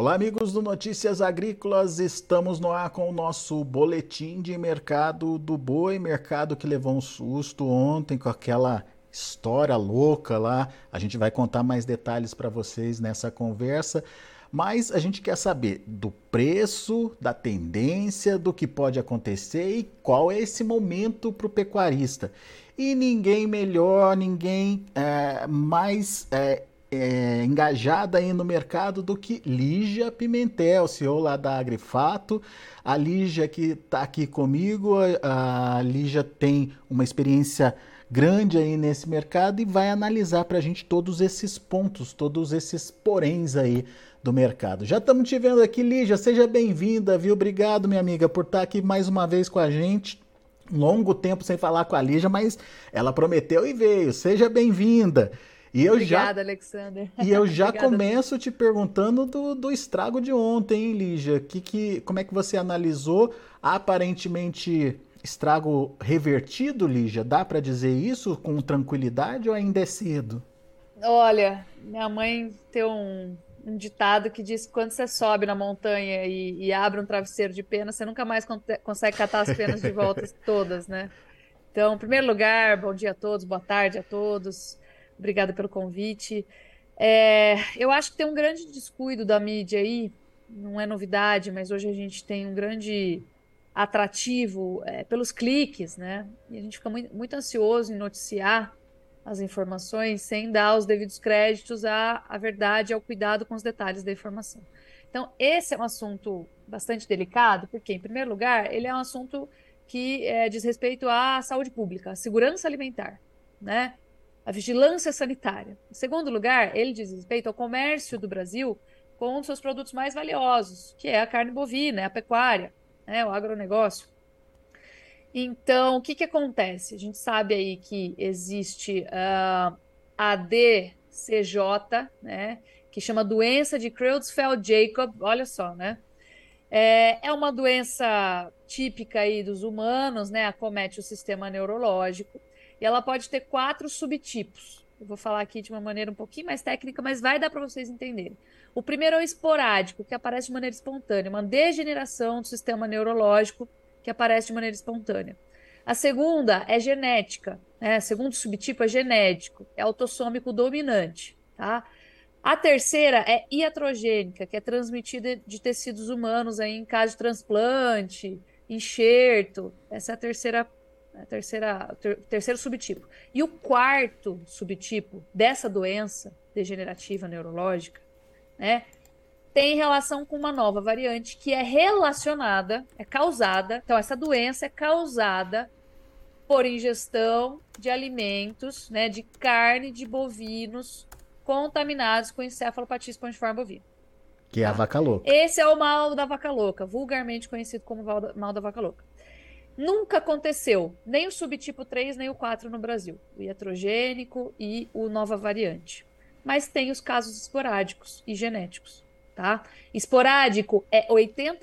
Olá, amigos do Notícias Agrícolas. Estamos no ar com o nosso boletim de mercado do boi, mercado que levou um susto ontem com aquela história louca lá. A gente vai contar mais detalhes para vocês nessa conversa, mas a gente quer saber do preço, da tendência, do que pode acontecer e qual é esse momento para o pecuarista. E ninguém melhor, ninguém mais engajada aí no mercado do que Lígia Pimentel, CEO lá da Agrifato. A Lígia que está aqui comigo, a Lígia tem uma experiência grande aí nesse mercado e vai analisar para a gente todos esses pontos, todos esses poréns aí do mercado. Já estamos te vendo aqui, Lígia, seja bem-vinda, viu? Obrigado, minha amiga, por estar aqui mais uma vez com a gente. Longo tempo sem falar com a Lígia, mas ela prometeu e veio. Seja bem-vinda. E eu já Obrigada, Alexander. e eu já Obrigada. começo te perguntando do estrago de ontem, hein, Lígia? Como é que você analisou? Aparentemente, estrago revertido, Lígia? Dá para dizer isso com tranquilidade ou ainda é cedo? Olha, minha mãe tem um ditado que diz que quando você sobe na montanha e abre um travesseiro de pena, você nunca mais consegue catar as penas de volta todas, né? Então, em primeiro lugar, bom dia a todos, boa tarde a todos. Obrigada pelo convite. Eu acho que tem um grande descuido da mídia aí, não é novidade, mas hoje a gente tem um grande atrativo, pelos cliques, né? E a gente fica muito ansioso em noticiar as informações sem dar os devidos créditos à verdade, ao cuidado com os detalhes da informação. Então, esse é um assunto bastante delicado, porque, em primeiro lugar, ele é um assunto que diz respeito à saúde pública, à segurança alimentar, né? A vigilância sanitária. Em segundo lugar, ele diz respeito ao comércio do Brasil com os seus produtos mais valiosos, que é a carne bovina, é a pecuária, né, o agronegócio. Então, o que que acontece? A gente sabe aí que existe a DCJ, né, que chama doença de Creutzfeldt-Jakob, olha só, né? É uma doença típica aí dos humanos, né? Acomete o sistema neurológico e ela pode ter quatro subtipos. Eu vou falar aqui de uma maneira um pouquinho mais técnica, mas vai dar para vocês entenderem. O primeiro é o esporádico, que aparece de maneira espontânea, uma degeneração do sistema neurológico que aparece de maneira espontânea. A segunda é genética, né? O segundo subtipo é genético, é autossômico dominante, tá? A terceira é iatrogênica, que é transmitida de tecidos humanos aí em caso de transplante, enxerto. Essa é o terceiro subtipo. E o quarto subtipo dessa doença degenerativa neurológica, né, tem relação com uma nova variante que é relacionada, é causada. Então, essa doença é causada por ingestão de alimentos, né, de carne de bovinos contaminados com encefalopatia espongiforme bovina, Que é a tá? vaca louca. Esse é o mal da vaca louca, vulgarmente conhecido como mal da vaca louca. Nunca aconteceu nem o subtipo 3 nem o 4 no Brasil, o iatrogênico e o nova variante. Mas tem os casos esporádicos e genéticos, tá? Esporádico é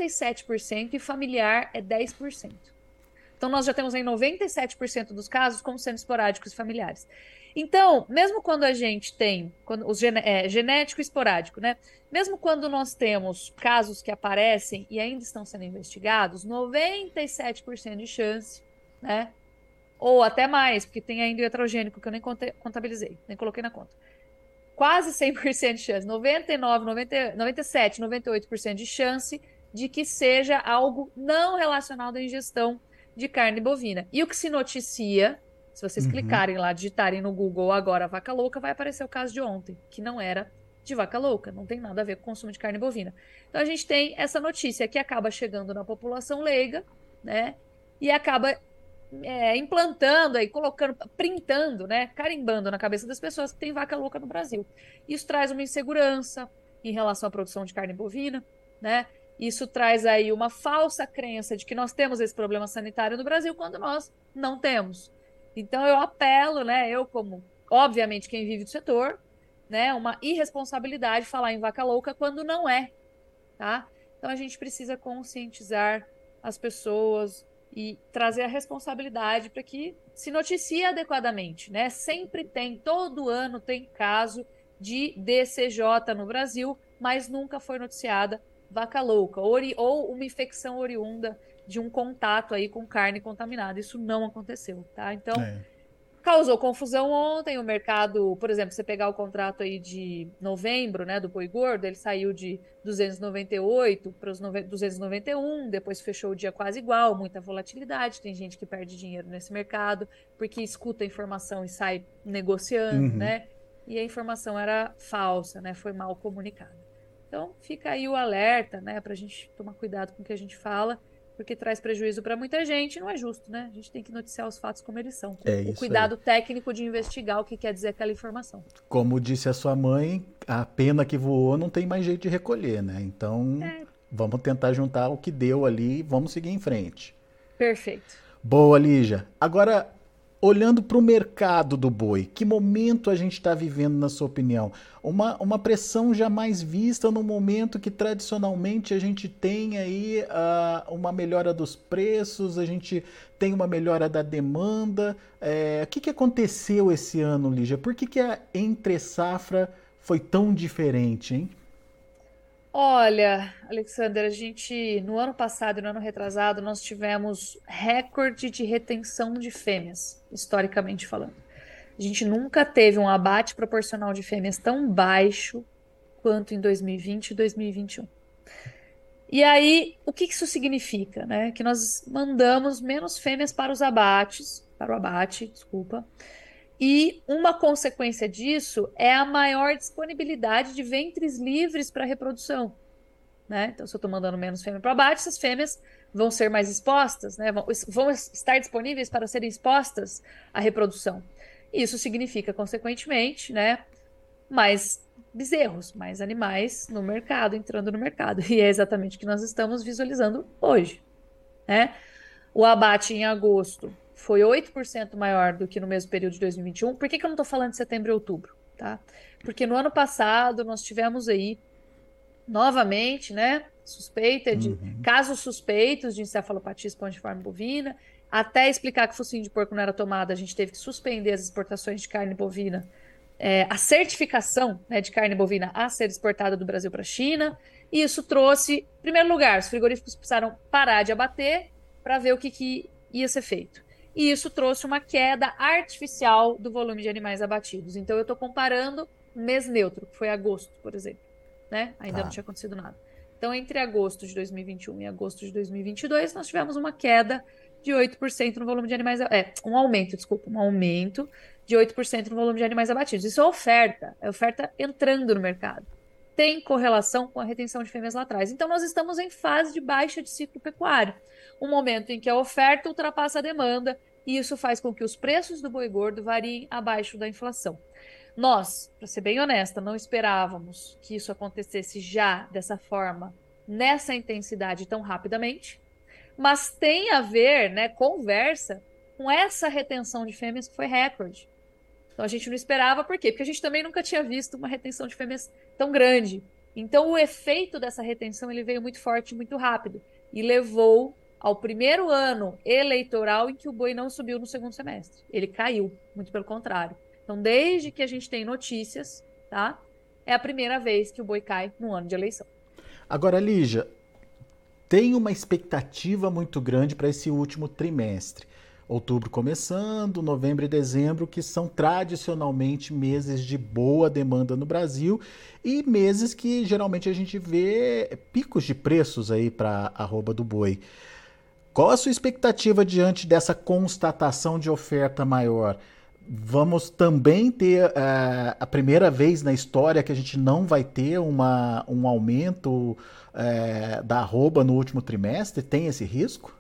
87% e familiar é 10%. Então, nós já temos em 97% dos casos como sendo esporádicos e familiares. Então, mesmo quando a gente tem genético e esporádico, né? Mesmo quando nós temos casos que aparecem e ainda estão sendo investigados, 97% de chance, né? Ou até mais, porque tem ainda o heterogênico que eu nem contabilizei, nem coloquei na conta. Quase 100% de chance, 99, 90, 97, 98% de chance de que seja algo não relacionado à ingestão de carne bovina. E o que se noticia, se vocês Uhum. clicarem lá, digitarem no Google agora vaca louca, vai aparecer o caso de ontem, que não era de vaca louca, não tem nada a ver com o consumo de carne bovina. Então a gente tem essa notícia que acaba chegando na população leiga, né? E acaba implantando aí, colocando, printando, né, carimbando na cabeça das pessoas que tem vaca louca no Brasil. Isso traz uma insegurança em relação à produção de carne bovina, né? Isso traz aí uma falsa crença de que nós temos esse problema sanitário no Brasil quando nós não temos. Então eu apelo, né, eu como, obviamente, quem vive do setor, né, uma irresponsabilidade falar em vaca louca quando não é, tá? Então a gente precisa conscientizar as pessoas e trazer a responsabilidade para que se noticie adequadamente, né? Sempre tem, todo ano tem caso de DCJ no Brasil, mas nunca foi noticiada vaca louca ou uma infecção oriunda de um contato aí com carne contaminada. Isso não aconteceu, tá? Então, É. causou confusão ontem, o mercado, por exemplo, você pegar o contrato aí de novembro, né, do boi gordo, ele saiu de 298 para os 291, depois fechou o dia quase igual, muita volatilidade, tem gente que perde dinheiro nesse mercado, porque escuta a informação e sai negociando, Uhum. né, e a informação era falsa, né, foi mal comunicada. Então, fica aí o alerta, né, para a gente tomar cuidado com o que a gente fala, porque traz prejuízo para muita gente, não é justo, né? A gente tem que noticiar os fatos como eles são, com É o isso aí. cuidado técnico de investigar o que quer dizer aquela informação. Como disse a sua mãe, a pena que voou não tem mais jeito de recolher, né? Então, É, vamos tentar juntar o que deu ali e vamos seguir em frente. perfeito. Boa, Lígia. Agora, olhando para o mercado do boi, que momento a gente está vivendo, na sua opinião? Uma pressão jamais vista no momento que tradicionalmente a gente tem aí uma melhora dos preços, a gente tem uma melhora da demanda. O que aconteceu esse ano, Lígia? Por que a entre safra foi tão diferente, hein? Olha, Alexander, a gente, no ano passado e no ano retrasado, nós tivemos recorde de retenção de fêmeas, historicamente falando. A gente nunca teve um abate proporcional de fêmeas tão baixo quanto em 2020 e 2021. E aí, o que isso significa, né? Que nós mandamos menos fêmeas para os abates, para o abate, desculpa. E uma consequência disso é a maior disponibilidade de ventres livres para reprodução, né? Então, se eu estou mandando menos fêmea para o abate, essas fêmeas vão ser mais expostas, né? Vão estar disponíveis para serem expostas à reprodução. Isso significa, consequentemente, né, mais bezerros, mais animais no mercado, entrando no mercado. E é exatamente o que nós estamos visualizando hoje, né? O abate em agosto foi 8% maior do que no mesmo período de 2021. Por que que eu não estou falando de setembro e outubro, tá? Porque no ano passado nós tivemos aí novamente, né, suspeita de casos suspeitos de encefalopatia espongiforme bovina. Até explicar que focinho de porco não era tomada, a gente teve que suspender as exportações de carne bovina, a certificação, né, de carne bovina a ser exportada do Brasil para a China. E isso trouxe, em primeiro lugar, os frigoríficos precisaram parar de abater para ver o que ia ser feito. E isso trouxe uma queda artificial do volume de animais abatidos. Então, eu estou comparando mês neutro, que foi agosto, por exemplo, né? Ainda não Tá. tinha acontecido nada. Então, entre agosto de 2021 e agosto de 2022, nós tivemos uma queda de 8% no volume de animais. Um aumento, desculpa, um aumento de 8% no volume de animais abatidos. Isso é oferta entrando no mercado. Tem correlação com a retenção de fêmeas lá atrás. Então, nós estamos em fase de baixa de ciclo pecuário, um momento em que a oferta ultrapassa a demanda, e isso faz com que os preços do boi gordo variem abaixo da inflação. Nós, para ser bem honesta, não esperávamos que isso acontecesse já dessa forma, nessa intensidade tão rapidamente, mas tem a ver, né, conversa com essa retenção de fêmeas que foi recorde. Então a gente não esperava, por quê? Porque a gente também nunca tinha visto uma retenção de fêmeas tão grande. Então o efeito dessa retenção ele veio muito forte, muito rápido e levou ao primeiro ano eleitoral em que o boi não subiu no segundo semestre. Ele caiu, muito pelo contrário. Então desde que a gente tem notícias, tá? É a primeira vez que o boi cai no ano de eleição. Agora, Lígia, tem uma expectativa muito grande para esse último trimestre. Outubro começando, novembro e dezembro, que são tradicionalmente meses de boa demanda no Brasil e meses que geralmente a gente vê picos de preços aí para a arroba do boi. Qual a sua expectativa diante dessa constatação de oferta maior? Vamos também ter a primeira vez na história que a gente não vai ter um aumento da arroba no último trimestre? Tem esse risco?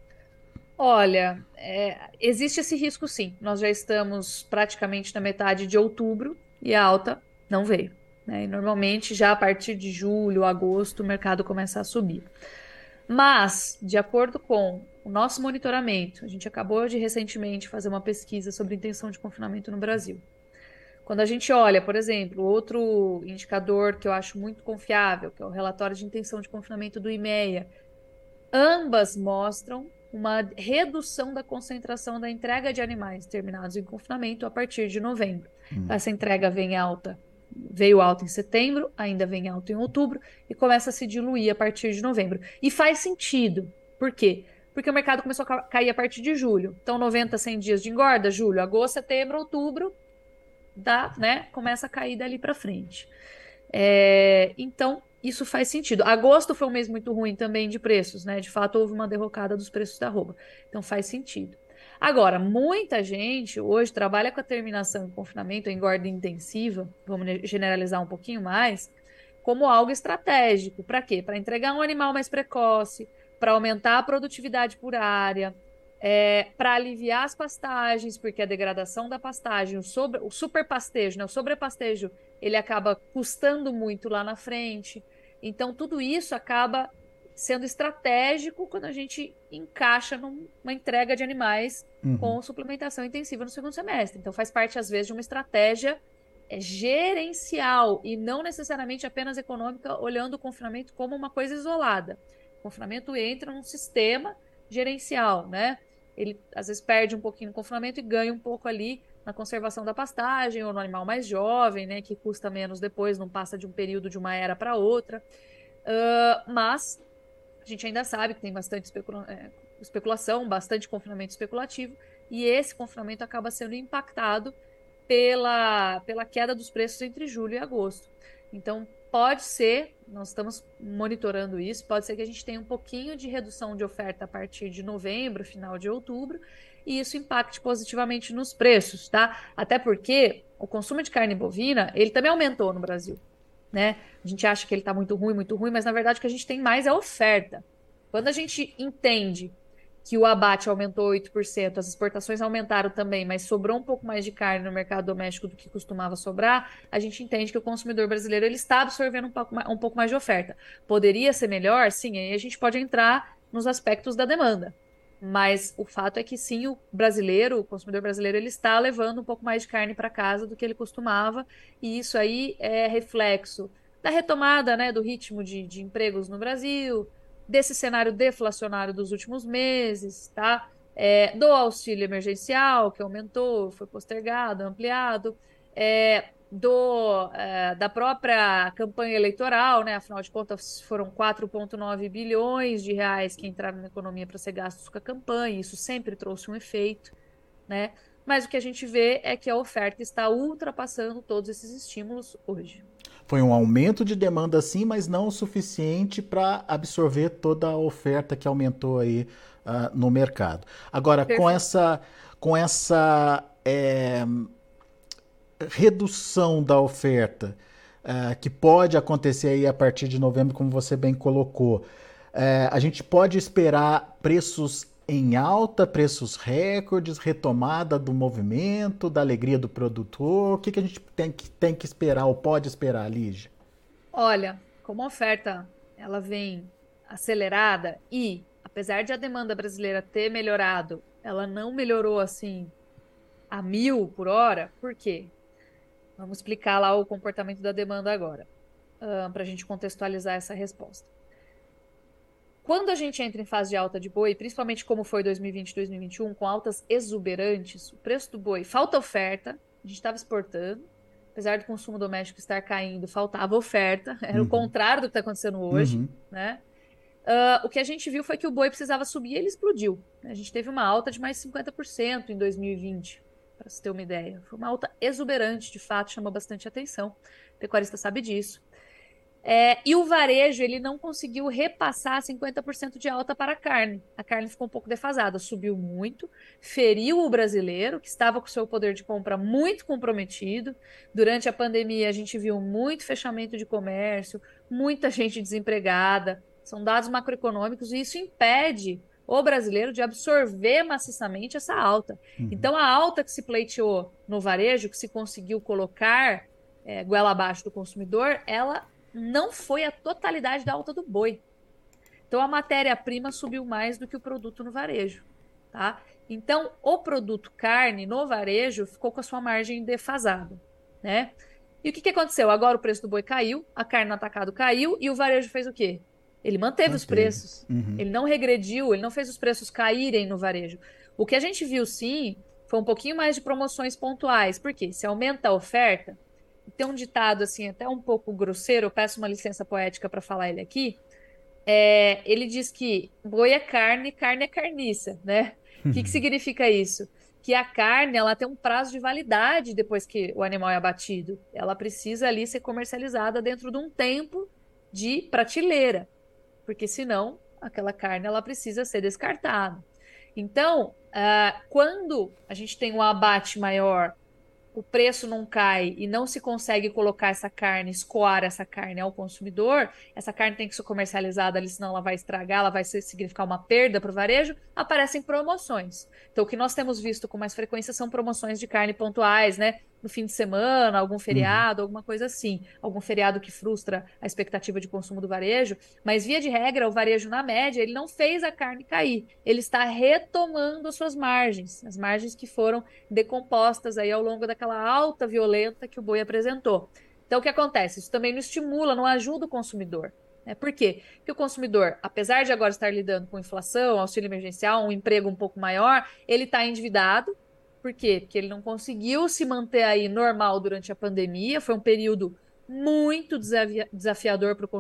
Olha, existe esse risco sim. Nós já estamos praticamente na metade de outubro e a alta não veio, né? E normalmente já a partir de julho, agosto, o mercado começa a subir. Mas, de acordo com o nosso monitoramento, a gente acabou de recentemente fazer uma pesquisa sobre intenção de confinamento no Brasil. Quando a gente olha, por exemplo, outro indicador que eu acho muito confiável, que é o relatório de intenção de confinamento do IMEA, ambas mostram uma redução da concentração da entrega de animais terminados em confinamento a partir de novembro. Essa entrega vem alta veio alta em setembro, ainda vem alta em outubro e começa a se diluir a partir de novembro. E faz sentido. Por quê? Porque o mercado começou a cair a partir de julho. Então, 90, 100 dias de engorda, julho, agosto, setembro, outubro, né, começa a cair dali para frente. Então, isso faz sentido. Agosto foi um mês muito ruim também de preços, né? De fato, houve uma derrocada dos preços da arroba. Então, faz sentido. Agora, muita gente hoje trabalha com a terminação em confinamento, em engorda intensiva, vamos generalizar um pouquinho mais, como algo estratégico. Para quê? Para entregar um animal mais precoce, para aumentar a produtividade por área, para aliviar as pastagens, porque a degradação da pastagem, o superpastejo, né, o sobrepastejo, ele acaba custando muito lá na frente. Então, tudo isso acaba sendo estratégico quando a gente encaixa numa entrega de animais Uhum. com suplementação intensiva no segundo semestre. Então, faz parte, às vezes, de uma estratégia gerencial e não necessariamente apenas econômica, olhando o confinamento como uma coisa isolada. O confinamento entra num sistema gerencial, né? Ele às vezes perde um pouquinho no confinamento e ganha um pouco ali na conservação da pastagem ou no animal mais jovem, né? Que custa menos depois, não passa de um período de uma era para outra. Mas a gente ainda sabe que tem bastante especulação, bastante confinamento especulativo, e esse confinamento acaba sendo impactado pela queda dos preços entre julho e agosto. Então, pode ser, nós estamos monitorando isso, pode ser que a gente tenha um pouquinho de redução de oferta a partir de novembro, final de outubro, e isso impacte positivamente nos preços, tá? Até porque o consumo de carne bovina, ele também aumentou no Brasil, né? A gente acha que ele está muito ruim, mas na verdade o que a gente tem mais é oferta. Quando a gente entende que o abate aumentou 8%, as exportações aumentaram também, mas sobrou um pouco mais de carne no mercado doméstico do que costumava sobrar, a gente entende que o consumidor brasileiro ele está absorvendo um pouco mais de oferta. Poderia ser melhor? Sim, aí a gente pode entrar nos aspectos da demanda. Mas o fato é que sim, o consumidor brasileiro, ele está levando um pouco mais de carne para casa do que ele costumava, e isso aí é reflexo da retomada, né, do ritmo de empregos no Brasil, desse cenário deflacionário dos últimos meses, tá? Do auxílio emergencial, que aumentou, foi postergado, ampliado, da própria campanha eleitoral, né? Afinal de contas, foram 4,9 bilhões de reais que entraram na economia para ser gastos com a campanha, isso sempre trouxe um efeito, né? Mas o que a gente vê é que a oferta está ultrapassando todos esses estímulos hoje. Foi um aumento de demanda sim, mas não o suficiente para absorver toda a oferta que aumentou aí no mercado. Agora, Perfeito. com essa redução da oferta que pode acontecer aí a partir de novembro, como você bem colocou, a gente pode esperar preços em alta, preços recordes, retomada do movimento, da alegria do produtor? O que a gente tem que esperar ou pode esperar, Lígia? Olha, como a oferta ela vem acelerada e, apesar de a demanda brasileira ter melhorado, ela não melhorou assim a 1.000 por hora. Por quê? Vamos explicar lá o comportamento da demanda agora, para a gente contextualizar essa resposta. Quando a gente entra em fase de alta de boi, principalmente como foi 2020 e 2021, com altas exuberantes, o preço do boi falta oferta, a gente estava exportando, apesar do consumo doméstico estar caindo, faltava oferta, era o Uhum, contrário do que está acontecendo hoje, uhum. né? O que a gente viu foi que o boi precisava subir e ele explodiu. A gente teve uma alta de mais 50% em 2020, para você ter uma ideia. Foi uma alta exuberante, de fato, chamou bastante atenção. O pecuarista sabe disso. E o varejo, ele não conseguiu repassar 50% de alta para a carne. A carne ficou um pouco defasada, subiu muito, feriu o brasileiro, que estava com o seu poder de compra muito comprometido. Durante a pandemia, a gente viu muito fechamento de comércio, muita gente desempregada. São dados macroeconômicos e isso impede o brasileiro de absorver maciçamente essa alta. Então, a alta que se pleiteou no varejo, que se conseguiu colocar goela abaixo do consumidor, ela não foi a totalidade da alta do boi. Então a matéria-prima subiu mais do que o produto no varejo, tá? Então o produto carne no varejo ficou com a sua margem defasada, né? E o que aconteceu? Agora o preço do boi caiu, a carne no atacado caiu e o varejo fez o quê? Ele manteve os Manteve. preços. Uhum. Ele não regrediu, ele não fez os preços caírem no varejo. O que a gente viu sim foi um pouquinho mais de promoções pontuais. Por quê? Se aumenta a oferta, tem um ditado assim, até um pouco grosseiro, eu peço uma licença poética para falar ele aqui. Ele diz que boi é carne, carne é carniça, né? O que que significa isso? Que a carne, ela tem um prazo de validade depois que o animal é abatido. Ela precisa ali ser comercializada dentro de um tempo de prateleira, porque senão aquela carne ela precisa ser descartada. Então, quando a gente tem um abate maior, o preço não cai e não se consegue colocar essa carne, escoar essa carne ao consumidor, essa carne tem que ser comercializada ali, senão ela vai estragar, ela vai significar uma perda para o varejo, aparecem promoções. Então, o que nós temos visto com mais frequência são promoções de carne pontuais, né? No fim de semana, algum Uhum. feriado, alguma coisa assim. Algum feriado que frustra a expectativa de consumo do varejo. Mas, via de regra, o varejo, na média, ele não fez a carne cair. Ele está retomando as suas margens, as margens que foram decompostas aí ao longo daquela alta violenta que o boi apresentou. Então, o que acontece? Isso também não estimula, não ajuda o consumidor. Por quê? Porque o consumidor, apesar de agora estar lidando com inflação, auxílio emergencial, um emprego um pouco maior, ele está endividado. Por quê? Porque ele não conseguiu se manter aí normal durante a pandemia. Foi um período muito desafiador para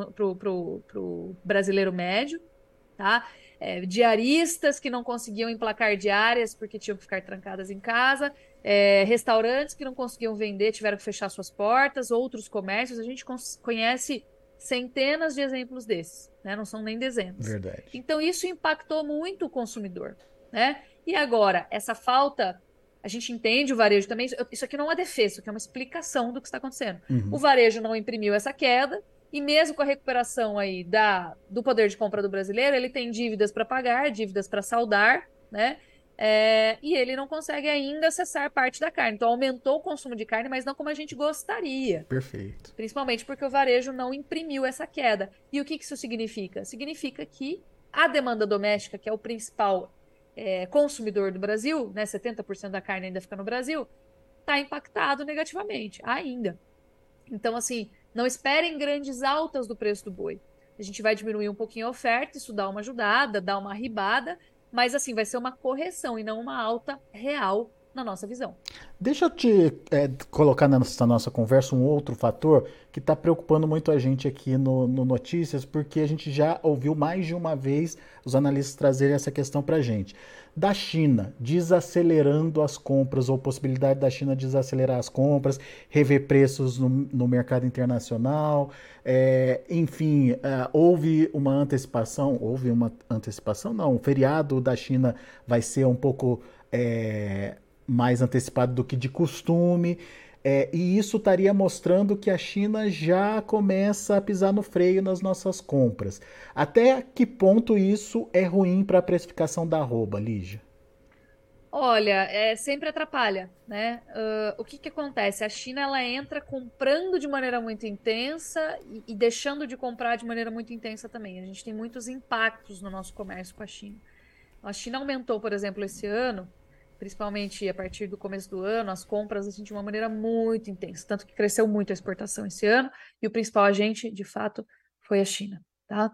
o brasileiro médio, tá? Diaristas que não conseguiam emplacar diárias porque tinham que ficar trancadas em casa, restaurantes que não conseguiam vender, tiveram que fechar suas portas, outros comércios. A gente conhece centenas de exemplos desses, né? Não são nem dezenas. Verdade. Então, isso impactou muito o consumidor, né? E agora, essa falta. A gente entende o varejo também. Isso aqui não é uma defesa, isso aqui é uma explicação do que está acontecendo. O Uhum. varejo não imprimiu essa queda, e mesmo com a recuperação aí do poder de compra do brasileiro, ele tem dívidas para pagar, dívidas para saldar, né? E ele não consegue ainda acessar parte da carne. Então, aumentou o consumo de carne, mas não como a gente gostaria. Perfeito. Principalmente porque o varejo não imprimiu essa queda. E o que isso significa? Significa que a demanda doméstica, que é o principal consumidor do Brasil, né? 70% da carne ainda fica no Brasil, está impactado negativamente, ainda. Então, assim, não esperem grandes altas do preço do boi. A gente vai diminuir um pouquinho a oferta, isso dá uma ajudada, dá uma arribada, mas assim, vai ser uma correção e não uma alta real na nossa visão. Deixa eu te colocar nessa nossa conversa um outro fator que está preocupando muito a gente aqui no Notícias, porque a gente já ouviu mais de uma vez os analistas trazerem essa questão para a gente. Da China desacelerando as compras, ou possibilidade da China desacelerar as compras, rever preços no mercado internacional, enfim, houve uma antecipação, não, o feriado da China vai ser um pouco mais antecipado do que de costume. E isso estaria mostrando que a China já começa a pisar no freio nas nossas compras. Até que ponto isso é ruim para a precificação da arroba, Lígia? Olha, sempre atrapalha, né? O que que acontece? A China ela entra comprando de maneira muito intensa e deixando de comprar de maneira muito intensa também. A gente tem muitos impactos no nosso comércio com a China. A China aumentou, por exemplo, esse ano, principalmente a partir do começo do ano, as compras assim, de uma maneira muito intensa, tanto que cresceu muito a exportação esse ano, e o principal agente, de fato, foi a China, tá?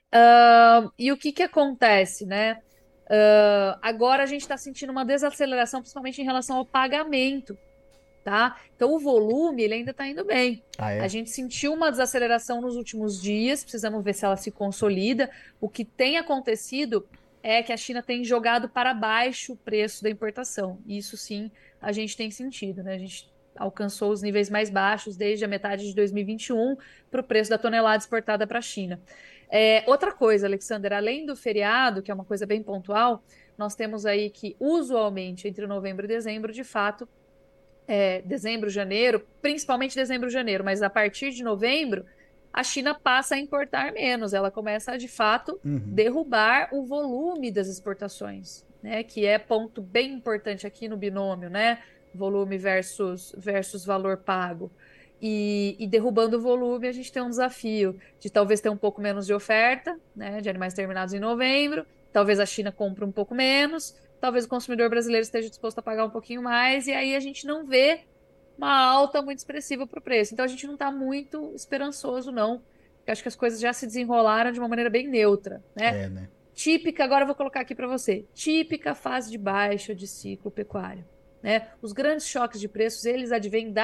E o que que acontece, né? Agora a gente está sentindo uma desaceleração, principalmente em relação ao pagamento, tá? Então o volume ele ainda está indo bem. Ah, A é? gente sentiu uma desaceleração nos últimos dias, precisamos ver se ela se consolida. O que tem acontecido é que a China tem jogado para baixo o preço da importação. Isso sim, a gente tem sentido, né? A gente alcançou os níveis mais baixos desde a metade de 2021 para o preço da tonelada exportada para a China. Outra coisa, Alexander, além do feriado, que é uma coisa bem pontual, nós temos aí que usualmente entre novembro e dezembro, de fato, dezembro, janeiro, principalmente dezembro, janeiro, mas a partir de novembro, a China passa a importar menos, ela começa a, de fato, Uhum. derrubar o volume das exportações, né? Que é ponto bem importante aqui no binômio, né? Volume versus valor pago. E derrubando o volume, a gente tem um desafio de talvez ter um pouco menos de oferta, né? De animais terminados em novembro, talvez a China compre um pouco menos, talvez o consumidor brasileiro esteja disposto a pagar um pouquinho mais, e aí a gente não vê uma alta muito expressiva para o preço. Então a gente não está muito esperançoso, não. Porque acho que as coisas já se desenrolaram de uma maneira bem neutra, né? É, né? Típica, agora eu vou colocar aqui para você, típica fase de baixa de ciclo pecuário, né? Os grandes choques de preços, eles advêm da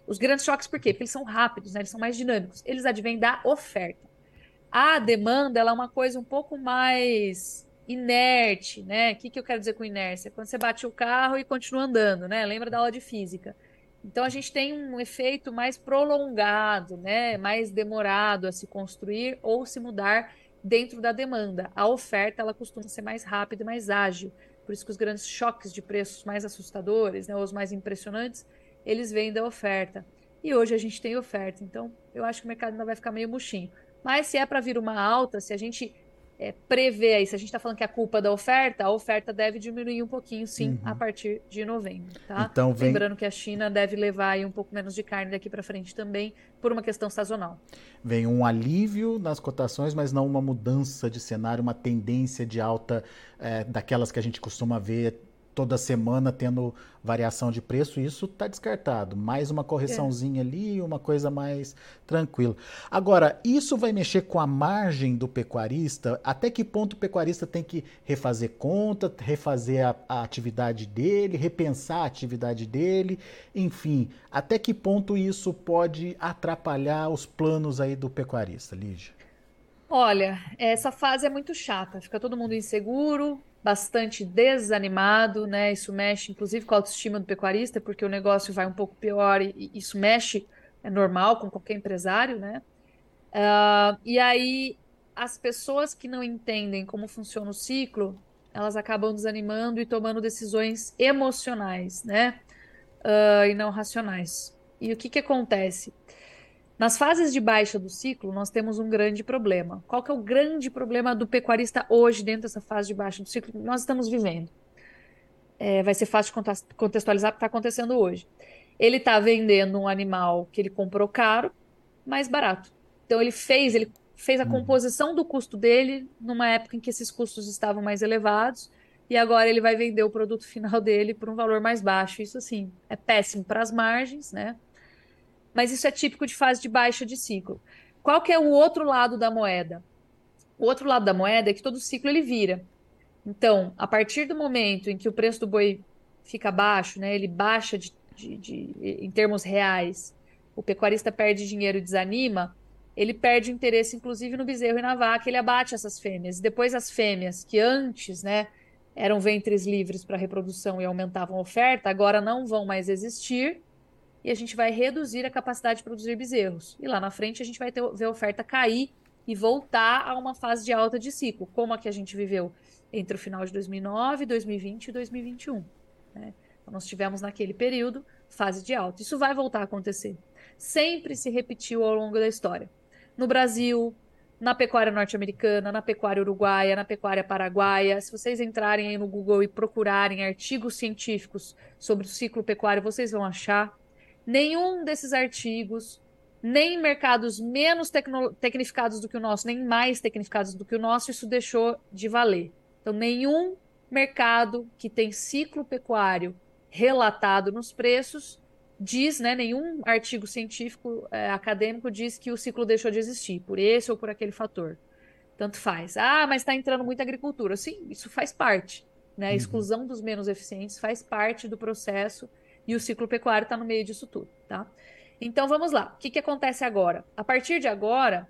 Os grandes choques, por quê? Porque eles são rápidos, né? Eles são mais dinâmicos. Eles advêm da oferta. A demanda, ela é uma coisa um pouco mais inerte, né? O que que eu quero dizer com inércia? Quando você bate o carro e continua andando, né? Lembra da aula de física. Então a gente tem um efeito mais prolongado, né? Mais demorado a se construir ou se mudar dentro da demanda. A oferta, ela costuma ser mais rápida e mais ágil. Por isso que os grandes choques de preços mais assustadores, né, ou os mais impressionantes, eles vêm da oferta. E hoje a gente tem oferta, então eu acho que o mercado ainda vai ficar meio murchinho. Mas se é para vir uma alta, se a gente prevê aí, se a gente está falando que é a culpa da oferta, a oferta deve diminuir um pouquinho, sim, a partir de novembro, tá? Então vem, Lembrando que a China deve levar aí um pouco menos de carne daqui para frente também, por uma questão sazonal. vem um alívio nas cotações, mas não uma mudança de cenário, uma tendência de alta daquelas que a gente costuma ver toda semana tendo variação de preço, isso está descartado. Mais uma É. correçãozinha ali, uma coisa mais tranquila. Agora, isso vai mexer com a margem do pecuarista? Até que ponto o pecuarista tem que refazer conta, refazer a atividade dele, repensar a atividade dele, enfim, até que ponto isso pode atrapalhar os planos aí do pecuarista, Lígia? Olha, essa fase é muito chata, fica todo mundo inseguro, bastante desanimado, né? Isso mexe, inclusive, com a autoestima do pecuarista, porque o negócio vai um pouco pior e isso mexe, é normal com qualquer empresário, né? E aí, as pessoas que não entendem como funciona o ciclo, elas acabam desanimando e tomando decisões emocionais, né? E não racionais. E o que que acontece? Nas fases de baixa do ciclo, nós temos um grande problema. Qual que é o grande problema do pecuarista hoje, dentro dessa fase de baixa do ciclo que nós estamos vivendo? Vai ser fácil de contextualizar o que está acontecendo hoje. Ele está vendendo um animal que ele comprou caro, mais barato. Então ele fez a composição do custo dele numa época em que esses custos estavam mais elevados, e agora ele vai vender o produto final dele por um valor mais baixo. Isso, assim, é péssimo para as margens, né? Mas isso é típico de fase de baixa de ciclo. Qual que é o outro lado da moeda? O outro lado da moeda é que todo ciclo ele vira. Então, a partir do momento em que o preço do boi fica baixo, né, ele baixa em termos reais, o pecuarista perde dinheiro e desanima, ele perde interesse, inclusive, no bezerro e na vaca, ele abate essas fêmeas. E depois as fêmeas, que antes, né, eram ventres livres para reprodução e aumentavam a oferta, agora não vão mais existir, e a gente vai reduzir a capacidade de produzir bezerros. E lá na frente a gente vai ver a oferta cair e voltar a uma fase de alta de ciclo, como a que a gente viveu entre o final de 2009, 2020 e 2021. Né? Então, nós tivemos naquele período fase de alta. Isso vai voltar a acontecer. Sempre se repetiu ao longo da história. No Brasil, na pecuária norte-americana, na pecuária uruguaia, na pecuária paraguaia. Se vocês entrarem aí no Google e procurarem artigos científicos sobre o ciclo pecuário, vocês vão achar. Nenhum desses artigos, nem mercados menos tecnificados do que o nosso, nem mais tecnificados do que o nosso, isso deixou de valer. Então, nenhum mercado que tem ciclo pecuário relatado nos preços diz, né, nenhum artigo científico acadêmico diz que o ciclo deixou de existir, por esse ou por aquele fator. Tanto faz. Ah, mas está entrando muita agricultura. Sim, isso faz parte. Né? A exclusão dos menos eficientes faz parte do processo e o ciclo pecuário está no meio disso tudo, tá? Então vamos lá. O que que acontece agora? A partir de agora,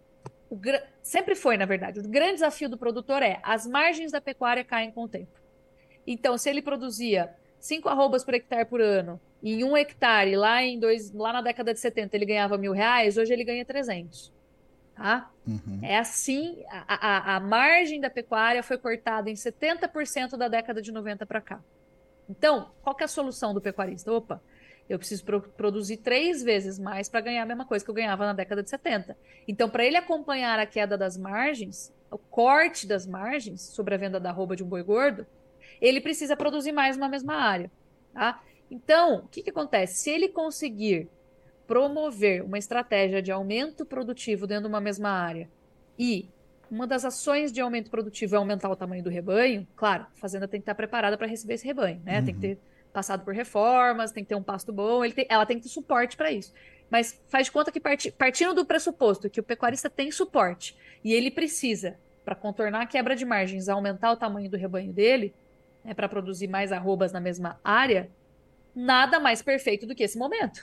sempre foi, na verdade, o grande desafio do produtor é as margens da pecuária caem com o tempo. Então, se ele produzia 5 arrobas por hectare por ano, e em 1 hectare, lá na década de 70, ele ganhava R$ 1.000, hoje ele ganha 300. Tá? É assim, a margem da pecuária foi cortada em 70% da década de 90 para cá. Então, qual que é a solução do pecuarista? Opa, eu preciso produzir 3 vezes mais para ganhar a mesma coisa que eu ganhava na década de 70. Então, para ele acompanhar a queda das margens, o corte das margens sobre a venda da arroba de um boi gordo, ele precisa produzir mais numa mesma área. Tá? Então, o que que acontece? Se ele conseguir promover uma estratégia de aumento produtivo dentro de uma mesma área e uma das ações de aumento produtivo é aumentar o tamanho do rebanho, claro, a fazenda tem que estar preparada para receber esse rebanho, né? Tem que ter passado por reformas, tem que ter um pasto bom, ela tem que ter suporte para isso. Mas faz de conta que partindo do pressuposto que o pecuarista tem suporte e ele precisa, para contornar a quebra de margens, aumentar o tamanho do rebanho dele, para produzir mais arrobas na mesma área, nada mais perfeito do que esse momento.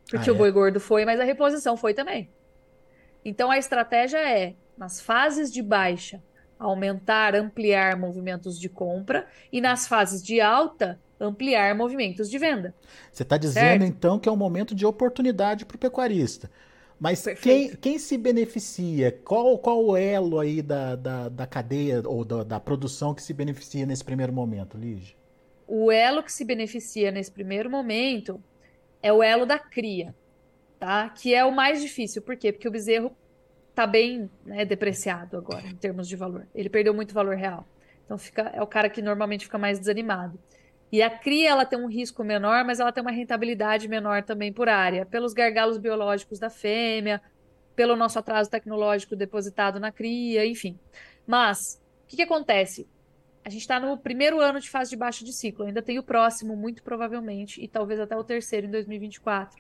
Ah, Porque o é? boi gordo foi, mas a reposição foi também. Então a estratégia é, nas fases de baixa, aumentar, ampliar movimentos de compra e nas fases de alta, ampliar movimentos de venda, Você está dizendo certo? então que é um momento de oportunidade para o pecuarista. Mas Perfeito. quem se beneficia? Qual o elo aí da cadeia ou da produção que se beneficia nesse primeiro momento, Lígia? O elo que se beneficia nesse primeiro momento é o elo da cria, tá? Que é o mais difícil. Por quê? Porque o bezerro tá bem, né, depreciado agora em termos de valor. Ele perdeu muito valor real. Então é o cara que normalmente fica mais desanimado. E a cria, ela tem um risco menor, mas ela tem uma rentabilidade menor também por área, pelos gargalos biológicos da fêmea, pelo nosso atraso tecnológico depositado na cria, enfim. Mas o que que acontece? A gente está no primeiro ano de fase de baixa de ciclo, ainda tem o próximo, muito provavelmente, e talvez até o terceiro em 2024.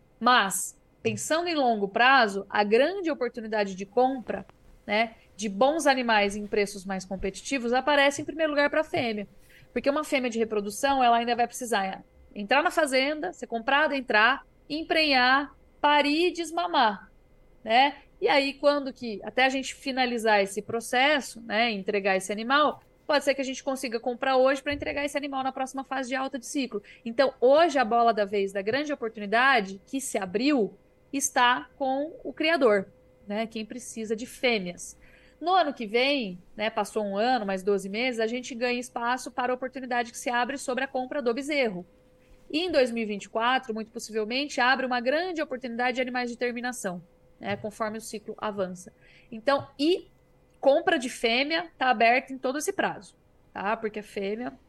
Mas, pensando em longo prazo, a grande oportunidade de compra, né, de bons animais em preços mais competitivos aparece em primeiro lugar para a fêmea. Porque uma fêmea de reprodução, ela ainda vai precisar entrar na fazenda, ser comprada, entrar, emprenhar, parir e desmamar, né? E aí, quando que, até a gente finalizar esse processo, né, entregar esse animal, pode ser que a gente consiga comprar hoje para entregar esse animal na próxima fase de alta de ciclo. Então, hoje a bola da vez da grande oportunidade que se abriu está com o criador, né? Quem precisa de fêmeas. No ano que vem, né, passou um ano, mais 12 meses, a gente ganha espaço para a oportunidade que se abre sobre a compra do bezerro. E em 2024, muito possivelmente, abre uma grande oportunidade de animais de terminação, né, conforme o ciclo avança. Então, e compra de fêmea está aberta em todo esse prazo, tá? Porque a fêmea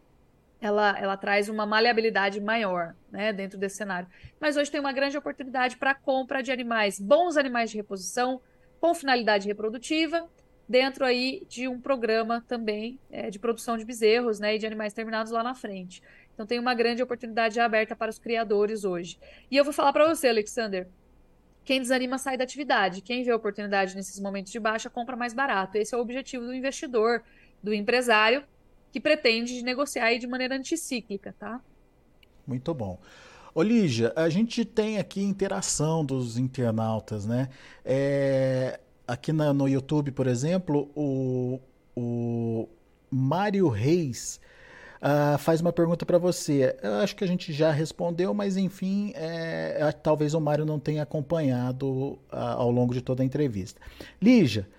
ela traz uma maleabilidade maior, né, dentro desse cenário. Mas hoje tem uma grande oportunidade para compra de animais, bons animais de reposição, com finalidade reprodutiva, dentro aí de um programa também de produção de bezerros, né, e de animais terminados lá na frente. Então tem uma grande oportunidade aberta para os criadores hoje. E eu vou falar para você, Alexander, quem desanima sai da atividade. Quem vê oportunidade nesses momentos de baixa compra mais barato. Esse é o objetivo do investidor, do empresário, que pretende negociar aí de maneira anticíclica, tá? Muito bom. Ô Lígia, a gente tem aqui interação dos internautas, né? Aqui no YouTube, por exemplo, o Mário Reis faz uma pergunta para você. Eu acho que a gente já respondeu, mas enfim, talvez o Mário não tenha acompanhado ao longo de toda a entrevista. Lígia,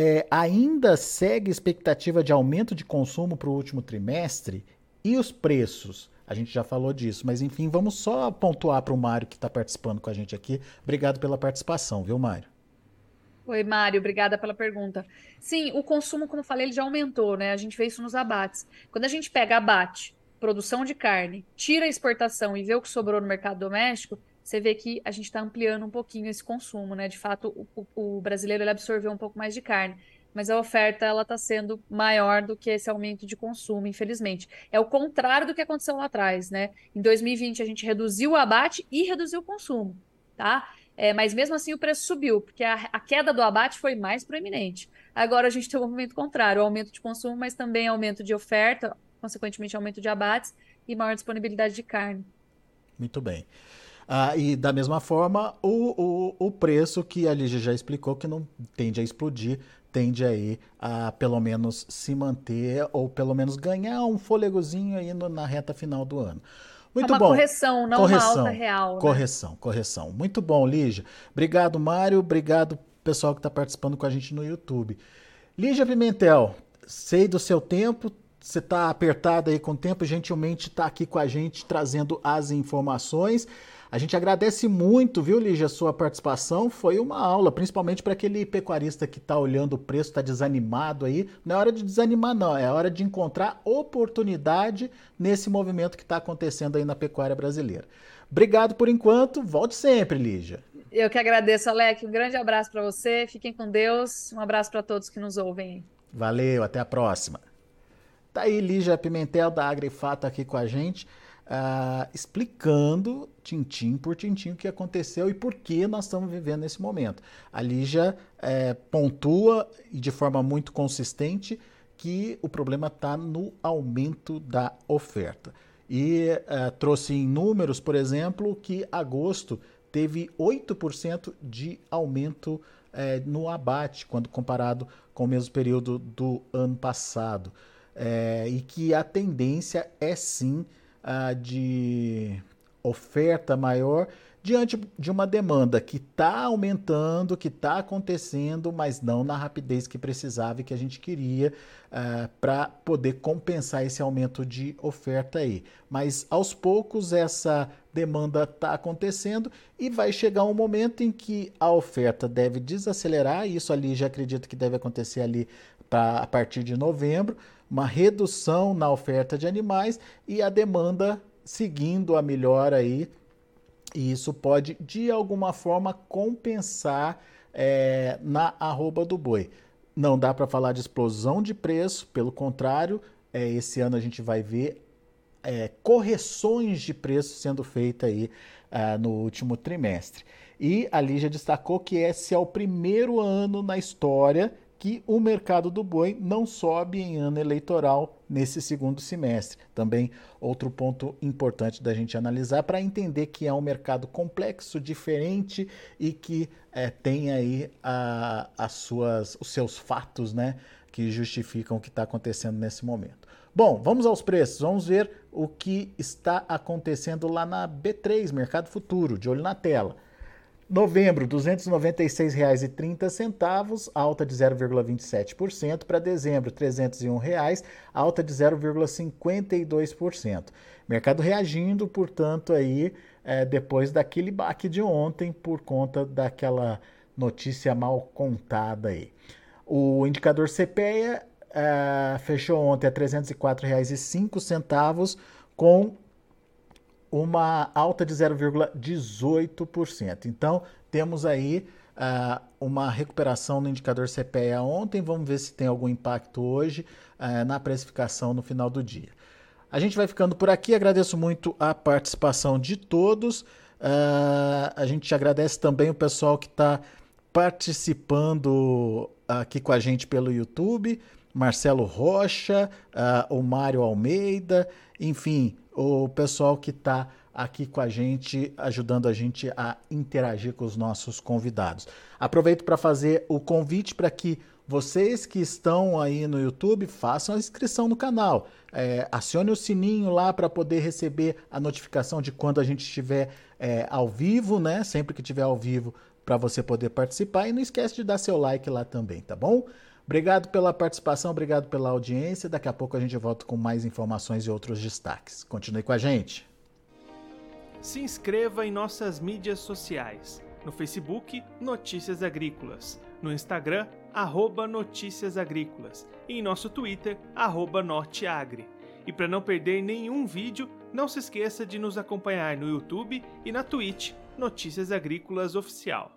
ainda segue expectativa de aumento de consumo para o último trimestre? E os preços? A gente já falou disso, mas enfim, vamos só pontuar para o Mário que está participando com a gente aqui. Obrigado pela participação, viu, Mário? Oi, Mário, obrigada pela pergunta. Sim, o consumo, como eu falei, ele já aumentou, né? A gente vê isso nos abates. Quando a gente pega abate, produção de carne, tira a exportação e vê o que sobrou no mercado doméstico, você vê que a gente está ampliando um pouquinho esse consumo, né? De fato, o brasileiro ele absorveu um pouco mais de carne, mas a oferta ela está sendo maior do que esse aumento de consumo, infelizmente. É o contrário do que aconteceu lá atrás, né? Em 2020 a gente reduziu o abate e reduziu o consumo, tá? Mas mesmo assim o preço subiu, porque a queda do abate foi mais proeminente. Agora a gente tem o movimento contrário, o aumento de consumo, mas também aumento de oferta, consequentemente aumento de abates e maior disponibilidade de carne. Muito bem. E da mesma forma, o preço que a Lígia já explicou, que não tende a explodir, tende aí a pelo menos se manter ou pelo menos ganhar um fôlegozinho aí na reta final do ano. É Muito uma bom. correção, não uma alta Correção, real, né? correção. Muito bom, Lígia. Obrigado, Mário. Obrigado, pessoal que está participando com a gente no YouTube. Lígia Pimentel, sei do seu tempo, você está apertado aí com o tempo, gentilmente está aqui com a gente trazendo as informações. A gente agradece muito, viu, Lígia, a sua participação. Foi uma aula, principalmente para aquele pecuarista que está olhando o preço, está desanimado aí. Não é hora de desanimar, não. É hora de encontrar oportunidade nesse movimento que está acontecendo aí na pecuária brasileira. Obrigado por enquanto. Volte sempre, Lígia. Eu que agradeço, Alec. Um grande abraço para você. Fiquem com Deus. Um abraço para todos que nos ouvem. Valeu, até a próxima. Tá aí Lígia Pimentel da Agrifato aqui com a gente, explicando tintim por tintim o que aconteceu e por que nós estamos vivendo nesse momento. A Lígia pontua e de forma muito consistente que o problema está no aumento da oferta. E trouxe em números, por exemplo, que agosto teve 8% de aumento no abate, quando comparado com o mesmo período do ano passado. E que a tendência é sim de oferta maior diante de uma demanda que está aumentando, que está acontecendo, mas não na rapidez que precisava e que a gente queria para poder compensar esse aumento de oferta aí. Mas aos poucos essa demanda está acontecendo e vai chegar um momento em que a oferta deve desacelerar, e isso ali já acredito que deve acontecer ali a partir de novembro, uma redução na oferta de animais e a demanda seguindo a melhora aí. E isso pode, de alguma forma, compensar na arroba do boi. Não dá para falar de explosão de preço, pelo contrário, esse ano a gente vai ver correções de preço sendo feitas aí no último trimestre. E a Lígia destacou que esse é o primeiro ano na história que o mercado do boi não sobe em ano eleitoral nesse segundo semestre. Também outro ponto importante da gente analisar para entender que é um mercado complexo, diferente e que tem aí os seus fatos, né, que justificam o que está acontecendo nesse momento. Bom, vamos aos preços, vamos ver o que está acontecendo lá na B3, Mercado Futuro, de olho na tela. Novembro, R$ 296,30, alta de 0,27%. Para dezembro, R$ 301, alta de 0,52%. Mercado reagindo, portanto, aí, depois daquele baque de ontem, por conta daquela notícia mal contada aí. O indicador CPEA fechou ontem a R$ 304,05, com uma alta de 0,18%. Então, temos aí uma recuperação no indicador CPEA ontem. Vamos ver se tem algum impacto hoje na precificação no final do dia. A gente vai ficando por aqui. Agradeço muito a participação de todos. A gente agradece também o pessoal que está participando aqui com a gente pelo YouTube. Marcelo Rocha, o Mário Almeida, enfim, o pessoal que está aqui com a gente, ajudando a gente a interagir com os nossos convidados. Aproveito para fazer o convite para que vocês que estão aí no YouTube façam a inscrição no canal. Acione o sininho lá para poder receber a notificação de quando a gente estiver ao vivo, né? Sempre que estiver ao vivo, para você poder participar. E não esquece de dar seu like lá também, tá bom? Obrigado pela participação, obrigado pela audiência. Daqui a pouco a gente volta com mais informações e outros destaques. Continue com a gente. Se inscreva em nossas mídias sociais. No Facebook, Notícias Agrícolas. No Instagram, @Notícias Agrícolas. E em nosso Twitter, @Norteagri. E para não perder nenhum vídeo, não se esqueça de nos acompanhar no YouTube e na Twitch, Notícias Agrícolas Oficial.